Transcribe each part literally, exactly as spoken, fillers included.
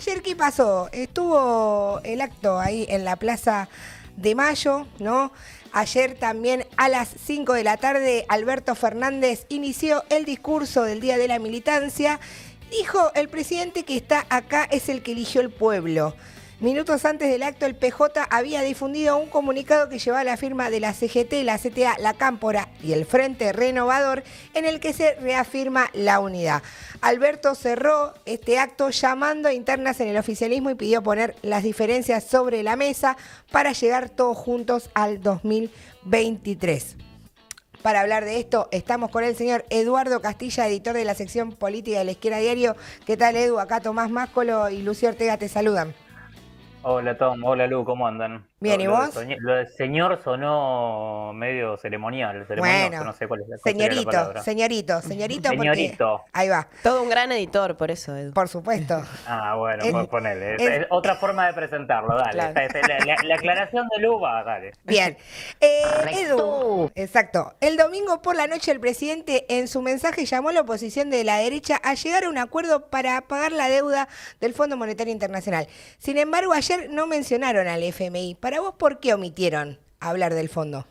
ayer, ¿qué pasó? Estuvo el acto ahí en la Plaza de Mayo, ¿no? Ayer también a las cinco de la tarde, Alberto Fernández inició el discurso del Día de la Militancia. Dijo el presidente que está acá es el que eligió el pueblo. Minutos antes del acto, el P J había difundido un comunicado que llevaba la firma de la C G T, la C T A, la Cámpora y el Frente Renovador, en el que se reafirma la unidad. Alberto cerró este acto llamando a internas en el oficialismo y pidió poner las diferencias sobre la mesa para llegar todos juntos al dos mil veintitrés. Para hablar de esto, estamos con el señor Eduardo Castilla, editor de la sección política de La Izquierda Diario. ¿Qué tal, Edu? Acá Tomás Máscolo y Lucía Ortega te saludan. Hola Tom, hola Lu, ¿cómo andan? Bien, lo, ¿y lo vos? De soñé, lo del señor sonó medio ceremonial, ceremonioso, Bueno, no sé cuál es la, cuál sería la señorito, palabra. señorito, señorito, porque... Señorito. Ahí va, Todo un gran editor, por eso, Edu. por supuesto. Ah, bueno, Es- pues ponele. Es, es- es otra forma de presentarlo, dale. Claro. Esta- esta- la, la- la aclaración de Lu va, dale. Bien. Eh, Edu, exacto. El domingo por la noche el presidente en su mensaje llamó a la oposición de la derecha a llegar a un acuerdo para pagar la deuda del Fondo Monetario Internacional. Sin embargo, ayer no mencionaron al F M I. Para vos, ¿por qué omitieron hablar del fondo?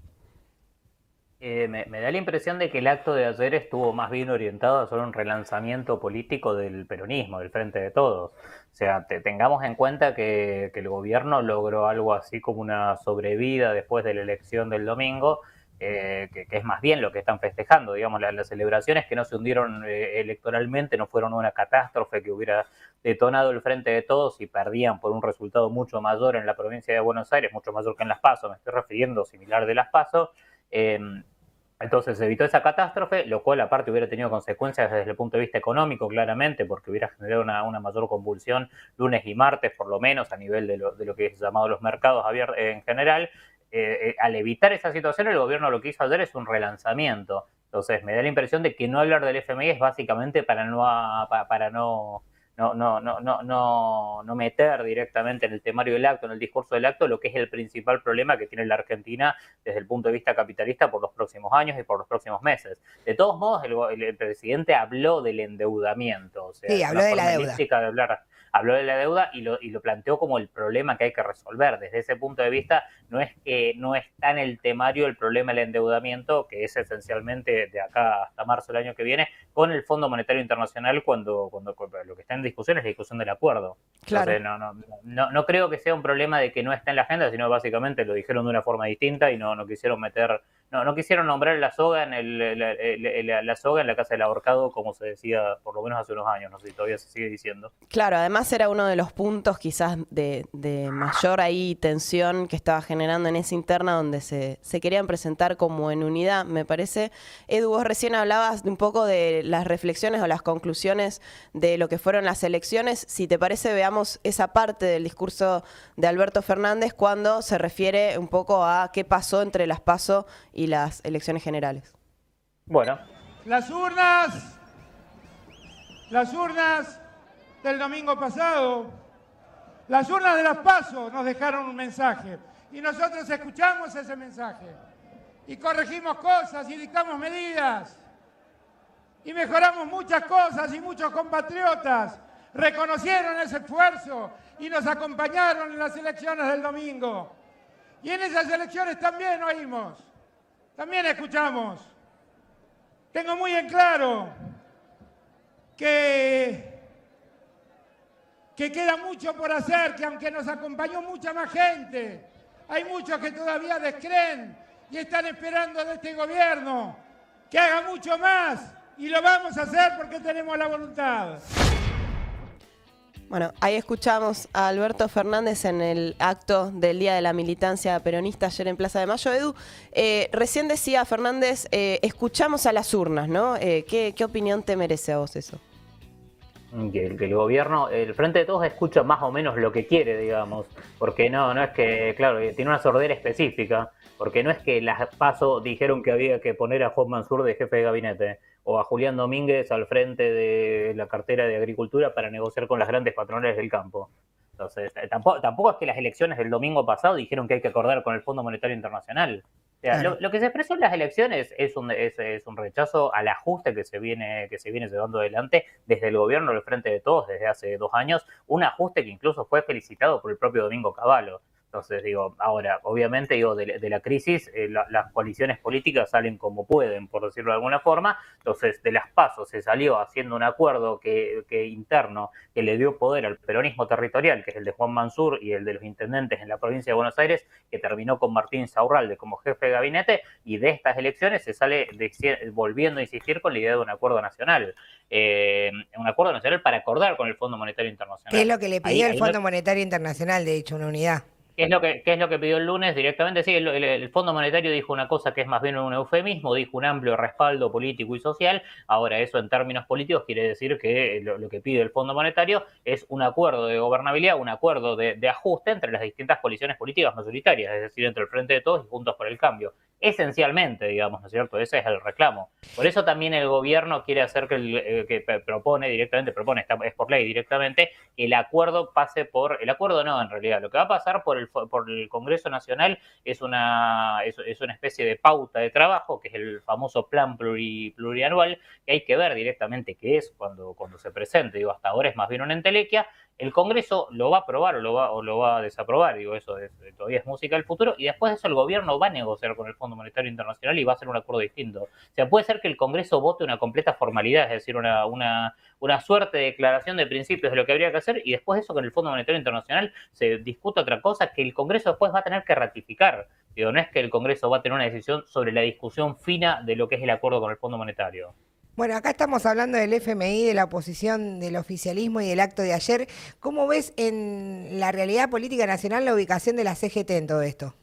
Eh, me, me da la impresión de que el acto de ayer estuvo más bien orientado a solo un relanzamiento político del peronismo, del Frente de Todos. O sea, te, tengamos en cuenta que, que el gobierno logró algo así como una sobrevida después de la elección del domingo, eh, que, que es más bien lo que están festejando. Digamos, la, las celebraciones que no se hundieron eh, electoralmente no fueron una catástrofe que hubiera detonado el Frente de Todos y perdían por un resultado mucho mayor en la provincia de Buenos Aires, mucho mayor que en Las PASO, me estoy refiriendo similar de Las PASO. Eh, Entonces se evitó esa catástrofe, lo cual aparte hubiera tenido consecuencias desde el punto de vista económico, claramente, porque hubiera generado una, una mayor convulsión lunes y martes, por lo menos, a nivel de lo, de lo que es llamado los mercados abiertos en general. Eh, eh, al evitar esa situación, el gobierno lo que hizo ayer es un relanzamiento. Entonces me da la impresión de que no hablar del F M I es básicamente para no... Para, para no No, no, no, no, no, no meter directamente en el temario del acto, en el discurso del acto, lo que es el principal problema que tiene la Argentina desde el punto de vista capitalista por los próximos años y por los próximos meses. De todos modos, el, el presidente habló del endeudamiento, o sea, Sí, habló de la deuda. elíptica de hablar, habló de la deuda y lo, y lo planteó como el problema que hay que resolver. Desde ese punto de vista, no es que no está en el temario el problema del endeudamiento, que es esencialmente de acá hasta marzo del año que viene, con el Fondo Monetario Internacional cuando, cuando, cuando lo que está en discusión es la discusión del acuerdo. Claro. Entonces, no, no, no, no creo que sea un problema de que no está en la agenda, sino básicamente lo dijeron de una forma distinta y no, no quisieron meter, no, no quisieron nombrar la soga en el, la, la, la soga en la casa del ahorcado, como se decía por lo menos hace unos años, no sé si todavía se sigue diciendo. Claro, además era uno de los puntos quizás de, de mayor ahí tensión que estaba generando en esa interna donde se, se querían presentar como en unidad, me parece. Edu, vos recién hablabas de un poco de las reflexiones o las conclusiones de lo que fueron las elecciones. Si te parece, veamos esa parte del discurso de Alberto Fernández cuando se refiere un poco a qué pasó entre las PASO y las elecciones generales. Bueno. Las urnas, las urnas del domingo pasado, las urnas de las PASO nos dejaron un mensaje y nosotros escuchamos ese mensaje y corregimos cosas y dictamos medidas y mejoramos muchas cosas y muchos compatriotas reconocieron ese esfuerzo y nos acompañaron en las elecciones del domingo. Y en esas elecciones también oímos, también escuchamos. Tengo muy en claro que, que queda mucho por hacer, que aunque nos acompañó mucha más gente, hay muchos que todavía descreen y están esperando de este gobierno que haga mucho más y lo vamos a hacer porque tenemos la voluntad. Bueno, ahí escuchamos a Alberto Fernández en el acto del Día de la Militancia Peronista ayer en Plaza de Mayo. Edu, eh, recién decía Fernández, eh, escuchamos a las urnas, ¿no? Eh, ¿qué, ¿Qué opinión te merece a vos eso? Que el, que el gobierno, el Frente de Todos escucha más o menos lo que quiere, digamos, porque no, no es que, claro, tiene una sordera específica, porque no es que las PASO dijeron que había que poner a Juan Mansur de jefe de gabinete o a Julián Domínguez al frente de la cartera de Agricultura para negociar con las grandes patronales del campo. Entonces, tampoco, tampoco es que las elecciones del domingo pasado dijeron que hay que acordar con el Fondo Monetario Internacional. O sea, Claro. lo, lo que se expresó en las elecciones es un, es, es un rechazo al ajuste que se viene que se viene llevando adelante desde el gobierno del Frente de Todos desde hace dos años, un ajuste que incluso fue felicitado por el propio Domingo Cavallo. Entonces, digo, ahora, obviamente, digo, de, de la crisis, eh, la, las coaliciones políticas salen como pueden, por decirlo de alguna forma. Entonces, de las PASO se salió haciendo un acuerdo que, que interno que le dio poder al peronismo territorial, que es el de Juan Mansur y el de los intendentes en la provincia de Buenos Aires, que terminó con Martín Saurralde como jefe de gabinete, y de estas elecciones se sale de, volviendo a insistir con la idea de un acuerdo nacional. Eh, un acuerdo nacional para acordar con el Fondo Monetario Internacional. ¿Qué es lo que le pidió Ahí, el ahí Fondo no, Monetario Internacional, de hecho, una unidad? ¿Qué es, lo que, ¿Qué es lo que pidió el lunes directamente? Sí, el, el, el Fondo Monetario dijo una cosa que es más bien un eufemismo, dijo un amplio respaldo político y social. Ahora, eso en términos políticos quiere decir que lo, lo que pide el Fondo Monetario es un acuerdo de gobernabilidad, un acuerdo de, de ajuste entre las distintas coaliciones políticas mayoritarias, es decir, entre el Frente de Todos y Juntos por el Cambio. Esencialmente, digamos, ¿no es cierto? Ese es el reclamo. Por eso también el gobierno quiere hacer que, el, que propone directamente, propone, es por ley directamente, que el acuerdo pase por, el acuerdo no, en realidad, lo que va a pasar por el, por el Congreso Nacional es una, es, es una especie de pauta de trabajo, que es el famoso plan pluri, plurianual, que hay que ver directamente qué es cuando, cuando se presente. Digo, hasta ahora es más bien una entelequia. El Congreso lo va a aprobar o lo va, o lo va a desaprobar, digo, eso es, todavía es música del futuro, y después de eso el gobierno va a negociar con el Fondo Monetario Internacional y va a hacer un acuerdo distinto. O sea, puede ser que el Congreso vote una completa formalidad, es decir, una, una, una suerte de declaración de principios de lo que habría que hacer, y después de eso con el Fondo Monetario Internacional se discuta otra cosa que el Congreso después va a tener que ratificar. Digo, no es que el Congreso va a tener una decisión sobre la discusión fina de lo que es el acuerdo con el Fondo Monetario. Bueno, acá estamos hablando del F M I, de la oposición, del oficialismo y del acto de ayer. ¿Cómo ves en la realidad política nacional la ubicación de la C G T en todo esto?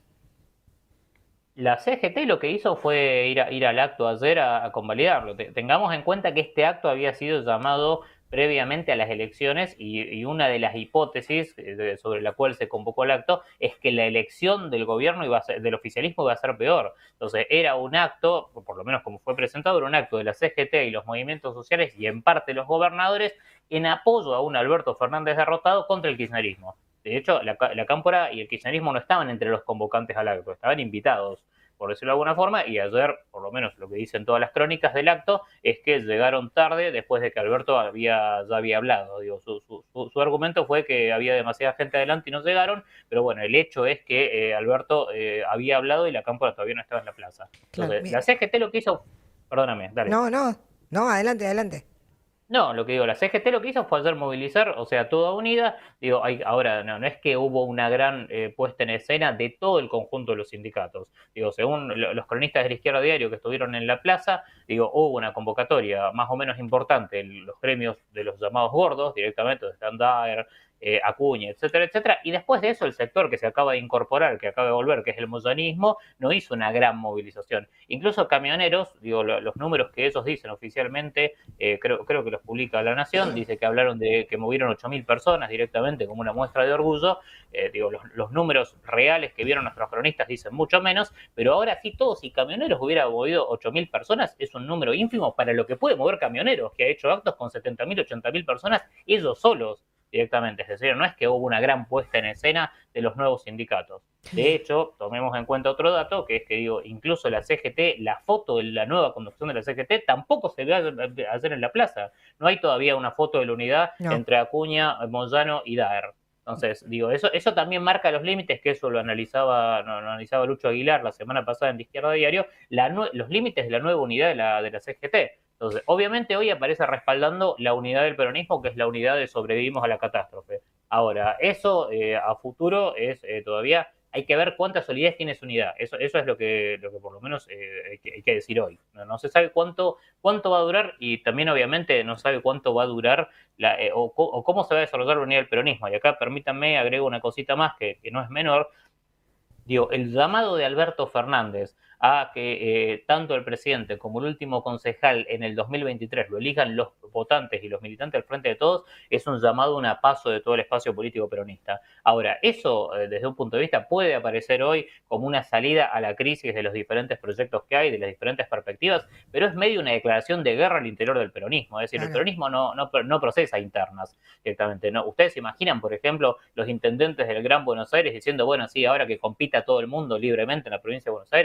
La C G T lo que hizo fue ir, a, ir al acto ayer a, a convalidarlo. Tengamos en cuenta que este acto había sido llamado previamente a las elecciones y, y una de las hipótesis sobre la cual se convocó el acto es que la elección del gobierno iba a ser, del oficialismo iba a ser peor. Entonces era un acto, por lo menos como fue presentado, era un acto de la C G T y los movimientos sociales y en parte los gobernadores en apoyo a un Alberto Fernández derrotado contra el kirchnerismo. De hecho, la, la Cámpora y el kirchnerismo no estaban entre los convocantes al acto, estaban invitados, por decirlo de alguna forma, y ayer, por lo menos lo que dicen todas las crónicas del acto, es que llegaron tarde después de que Alberto había, ya había hablado. Digo, su, su, su, su argumento fue que había demasiada gente adelante y no llegaron, pero bueno, el hecho es que eh, Alberto eh, había hablado y la Cámpora todavía no estaba en la plaza. Entonces, Claro, la C G T lo que hizo... Perdóname, dale. No, no, no, adelante, adelante. No, lo que digo, la C G T lo que hizo fue hacer movilizar, o sea, toda unida. Digo, hay, ahora no, no es que hubo una gran eh, puesta en escena de todo el conjunto de los sindicatos. Digo, según lo, los cronistas de la Izquierda Diario que estuvieron en la plaza, digo, hubo una convocatoria más o menos importante en los gremios de los llamados gordos, directamente de Standard, eh, Acuña, etcétera, etcétera. Y después de eso, el sector que se acaba de incorporar, que acaba de volver, que es el moyanismo, no hizo una gran movilización. Incluso camioneros, digo, lo, los números que ellos dicen oficialmente, eh, creo, creo que los publica La Nación, dice que hablaron de que movieron ocho mil personas directamente como una muestra de orgullo. Eh, digo, los, los números reales que vieron nuestros cronistas dicen mucho menos, pero ahora sí todos, si camioneros hubiera movido ocho mil personas, es un número ínfimo para lo que puede mover camioneros, que ha hecho actos con setenta mil, ochenta mil personas ellos solos directamente, es decir, no es que hubo una gran puesta en escena de los nuevos sindicatos. De hecho, tomemos en cuenta otro dato, que es que digo, incluso la C G T, la foto de la nueva conducción de la C G T tampoco se ve ayer en la plaza. No hay todavía una foto de la unidad no. entre Acuña, Moyano y Daer. Entonces, digo, eso, eso también marca los límites, que eso lo analizaba, lo analizaba Lucho Aguilar la semana pasada en La Izquierda Diario, la, los límites de la nueva unidad de la, de la C G T. Entonces, obviamente hoy aparece respaldando la unidad del peronismo, que es la unidad de sobrevivimos a la catástrofe. Ahora, eso eh, a futuro es eh, todavía, hay que ver cuánta solidez tiene esa unidad. Eso, eso es lo que, lo que por lo menos eh, hay, que, hay que decir hoy. No, no se sabe cuánto, cuánto va a durar y también obviamente no sabe cuánto va a durar la, eh, o, o cómo se va a desarrollar la unidad del peronismo. Y acá permítanme, agrego una cosita más que, que no es menor. Digo, el llamado de Alberto Fernández a que eh, tanto el presidente como el último concejal en el dos mil veintitrés lo elijan los votantes y los militantes del Frente de Todos es un llamado, un apaso de todo el espacio político peronista. Ahora, eso eh, desde un punto de vista puede aparecer hoy como una salida a la crisis de los diferentes proyectos que hay, de las diferentes perspectivas, pero es medio una declaración de guerra al interior del peronismo. Es decir, claro. El peronismo no, no, no procesa internas directamente. ¿No? Ustedes se imaginan, por ejemplo, los intendentes del Gran Buenos Aires diciendo, bueno, sí, ahora que compita todo el mundo libremente en la provincia de Buenos Aires, o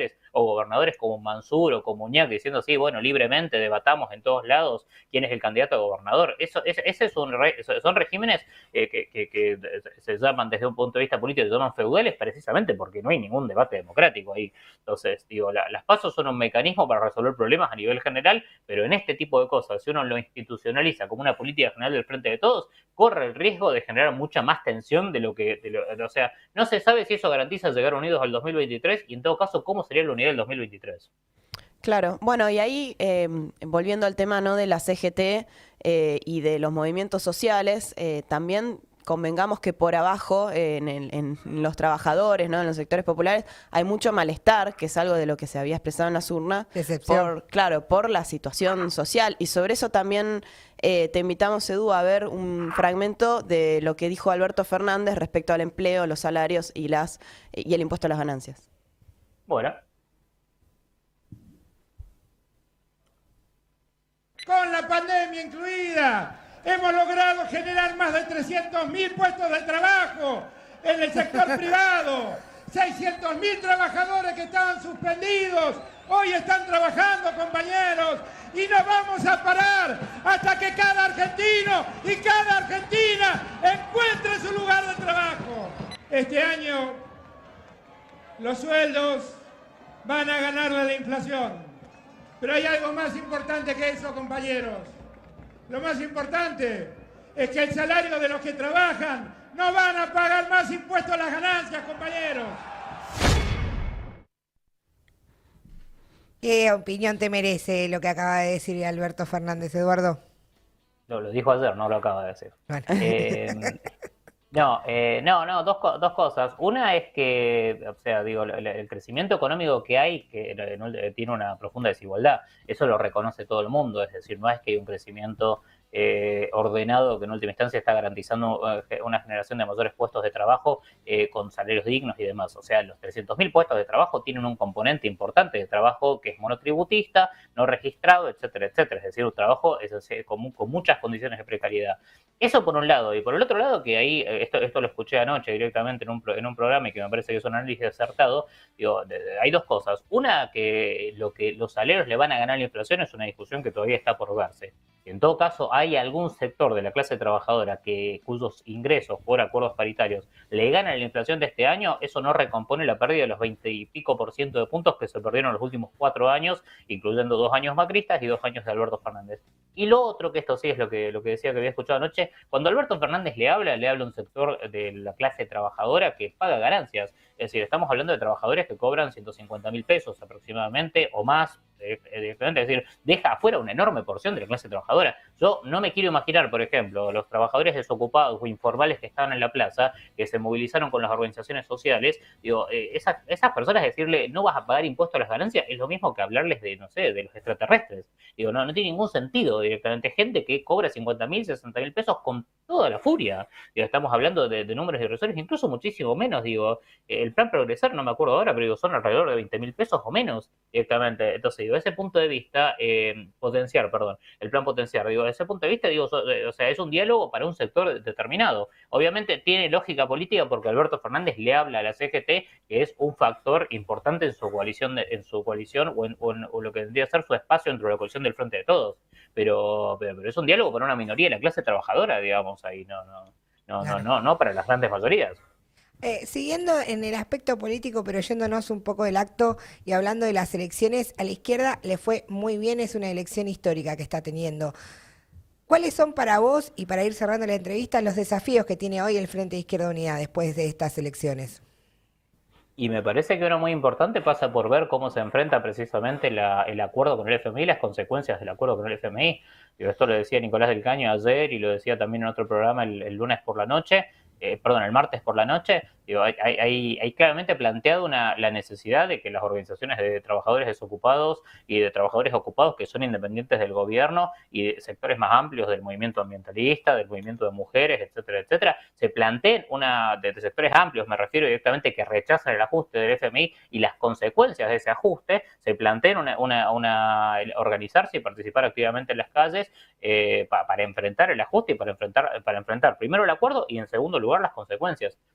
o gobernadores como Mansur o como Uñac diciendo, sí, bueno, libremente debatamos en todos lados quién es el candidato a gobernador. Eso, ese, ese es un re, son regímenes eh, que, que, que se llaman desde un punto de vista político, se llaman feudales precisamente porque no hay ningún debate democrático ahí. Entonces, digo, la, las PASO son un mecanismo para resolver problemas a nivel general, pero en este tipo de cosas, si uno lo institucionaliza como una política general del Frente de Todos, corre el riesgo de generar mucha más tensión de lo que, de lo, o sea, no se sabe si eso garantiza llegar unidos al dos mil veintitrés y en todo caso, ¿cómo sería la unidad del dos mil veintitrés? Claro, bueno, y ahí, eh, volviendo al tema, ¿no?, de la C G T eh, y de los movimientos sociales, eh, también convengamos que por abajo, eh, en, el, en los trabajadores, ¿no?, en los sectores populares, hay mucho malestar, que es algo de lo que se había expresado en las urnas, por, claro, por la situación social. Y sobre eso también eh, te invitamos, Edu, a ver un fragmento de lo que dijo Alberto Fernández respecto al empleo, los salarios y, las, y el impuesto a las ganancias. Bueno. Con la pandemia incluida, hemos logrado generar más de trescientos mil puestos de trabajo en el sector privado. seiscientos mil trabajadores que estaban suspendidos, hoy están trabajando, compañeros, y no vamos a parar hasta que cada argentino y cada argentina encuentre su lugar de trabajo. Este año los sueldos van a ganarle a la inflación. Pero hay algo más importante que eso, compañeros. Lo más importante es que el salario de los que trabajan no van a pagar más impuestos a las ganancias, compañeros. ¿Qué opinión te merece lo que acaba de decir Alberto Fernández, Eduardo? No, lo dijo ayer, no lo acaba de decir. Bueno. Eh, no, eh, no, no, dos, dos cosas. Una es que, o sea, digo, el, el crecimiento económico que hay, que no, tiene una profunda desigualdad. Eso lo reconoce todo el mundo, es decir, no es que hay un crecimiento eh, ordenado que en última instancia está garantizando eh, una generación de mayores puestos de trabajo eh, con salarios dignos y demás. O sea, los trescientos mil puestos de trabajo tienen un componente importante de trabajo que es monotributista, no registrado, etcétera, etcétera. Es decir, un trabajo es, es, con, con muchas condiciones de precariedad. Eso por un lado. Y por el otro lado, que ahí, esto, esto lo escuché anoche directamente en un, en un programa y que me parece que es un análisis acertado, digo, de, de, hay dos cosas. Una, que lo que los salarios le van a ganar la inflación es una discusión que todavía está por verse. En todo caso, hay algún sector de la clase trabajadora que cuyos ingresos por acuerdos paritarios le ganan la inflación de este año, eso no recompone la pérdida de los veinte y pico por ciento de puntos que se perdieron en los últimos cuatro años, incluyendo dos años macristas y dos años de Alberto Fernández. Y lo otro, que esto sí es lo que, lo que decía que había escuchado anoche, cuando Alberto Fernández le habla, le habla a un sector de la clase trabajadora que paga ganancias. Es decir, estamos hablando de trabajadores que cobran ciento cincuenta mil pesos aproximadamente o más, es decir, deja afuera una enorme porción de la clase trabajadora. Yo no me quiero imaginar, por ejemplo, los trabajadores desocupados o informales que estaban en la plaza, que se movilizaron con las organizaciones sociales, digo, eh, esas, esas personas decirle no vas a pagar impuestos a las ganancias es lo mismo que hablarles de, no sé, de los extraterrestres. Digo, no, no tiene ningún sentido directamente. Gente que cobra cincuenta mil, sesenta mil pesos con toda la furia. Digo, estamos hablando de, de números irrisorios, incluso muchísimo menos, digo, el plan Progresar, no me acuerdo ahora, pero digo, son alrededor de veinte mil pesos o menos directamente. Entonces, digo, ese punto de vista, eh, potenciar, perdón, el plan potenciar, digo, desde ese punto de vista, digo, so, o sea, es un diálogo para un sector determinado. Obviamente tiene lógica política porque Alberto Fernández le habla a la C G T, que es un factor importante en su coalición, de, en su coalición o en, o en o lo que tendría que ser su espacio dentro de la coalición del Frente de Todos. Pero, pero, pero es un diálogo para una minoría de la clase trabajadora, digamos, ahí, no, no, no, claro. no, no, no para las grandes mayorías. Eh, siguiendo en el aspecto político, pero yéndonos un poco del acto y hablando de las elecciones, a la izquierda le fue muy bien, es una elección histórica que está teniendo. ¿Cuáles son para vos, y para ir cerrando la entrevista, los desafíos que tiene hoy el Frente de Izquierda Unida después de estas elecciones? Y me parece que uno muy importante pasa por ver cómo se enfrenta precisamente la, el acuerdo con el F M I y las consecuencias del acuerdo con el F M I. Yo esto lo decía Nicolás del Caño ayer y lo decía también en otro programa el, el lunes por la noche. Eh, perdón, el martes por la noche, digo, hay, hay, hay claramente planteado una, la necesidad de que las organizaciones de trabajadores desocupados y de trabajadores ocupados que son independientes del gobierno y de sectores más amplios del movimiento ambientalista, del movimiento de mujeres, etcétera, etcétera, se planteen una, de, de sectores amplios, me refiero directamente que rechazan el ajuste del F M I y las consecuencias de ese ajuste, se planteen una, una, una organizarse y participar activamente en las calles eh, pa, para enfrentar el ajuste y para enfrentar, para enfrentar primero el acuerdo y en segundo lugar las consecuencias.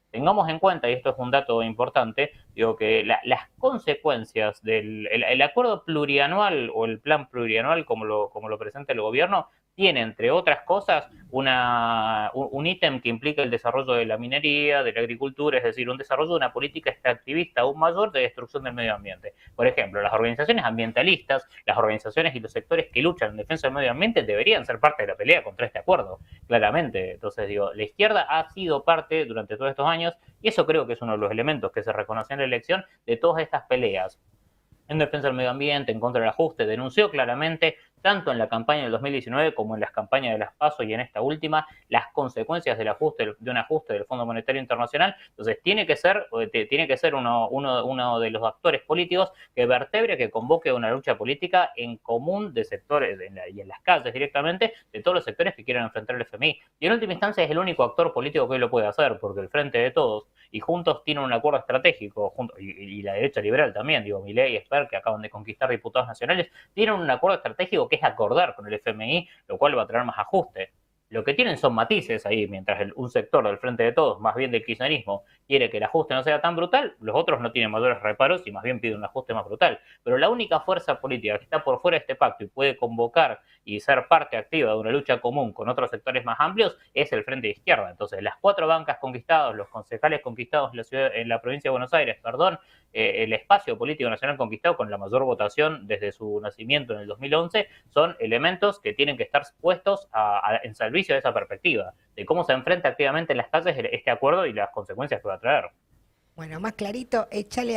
Tengamos en cuenta, y esto es un dato importante, digo que la, las consecuencias del el, el acuerdo plurianual o el plan plurianual, como lo, como lo presenta el gobierno, tiene, entre otras cosas, una, un, un ítem que implica el desarrollo de la minería, de la agricultura, es decir, un desarrollo de una política extractivista aún mayor de destrucción del medio ambiente. Por ejemplo, las organizaciones ambientalistas, las organizaciones y los sectores que luchan en defensa del medio ambiente deberían ser parte de la pelea contra este acuerdo, claramente. Entonces, digo, la izquierda ha sido parte durante todos estos años, y eso creo que es uno de los elementos que se reconoció en la elección de todas estas peleas en defensa del medio ambiente, en contra del ajuste, denunció claramente, tanto en la campaña del dos mil diecinueve como en las campañas de las PASO y en esta última, las consecuencias del ajuste, de un ajuste del Fondo Monetario Internacional. Entonces tiene que ser, tiene que ser uno, uno, uno de los actores políticos que vertebre, que convoque una lucha política en común de sectores en la, y en las calles directamente, de todos los sectores que quieran enfrentar el F M I. Y en última instancia es el único actor político que hoy lo puede hacer, porque el Frente de Todos y Juntos tienen un acuerdo estratégico, junto, y, y la derecha liberal también, digo, Milei y Esper, que acaban de conquistar diputados nacionales, tienen un acuerdo estratégico que es acordar con el F M I, lo cual va a traer más ajuste. Lo que tienen son matices ahí, mientras el, un sector del Frente de Todos, más bien del kirchnerismo, quiere que el ajuste no sea tan brutal, los otros no tienen mayores reparos y más bien piden un ajuste más brutal. Pero la única fuerza política que está por fuera de este pacto y puede convocar y ser parte activa de una lucha común con otros sectores más amplios es el Frente de Izquierda. Entonces, las cuatro bancas conquistadas, los concejales conquistados en la, ciudad, en la provincia de Buenos Aires, perdón, eh, el espacio político nacional conquistado con la mayor votación desde su nacimiento en el dos mil once, son elementos que tienen que estar puestos a, a, en servicio de esa perspectiva, de cómo se enfrenta activamente en las calles este acuerdo y las consecuencias que va a traer. Bueno, más clarito, échale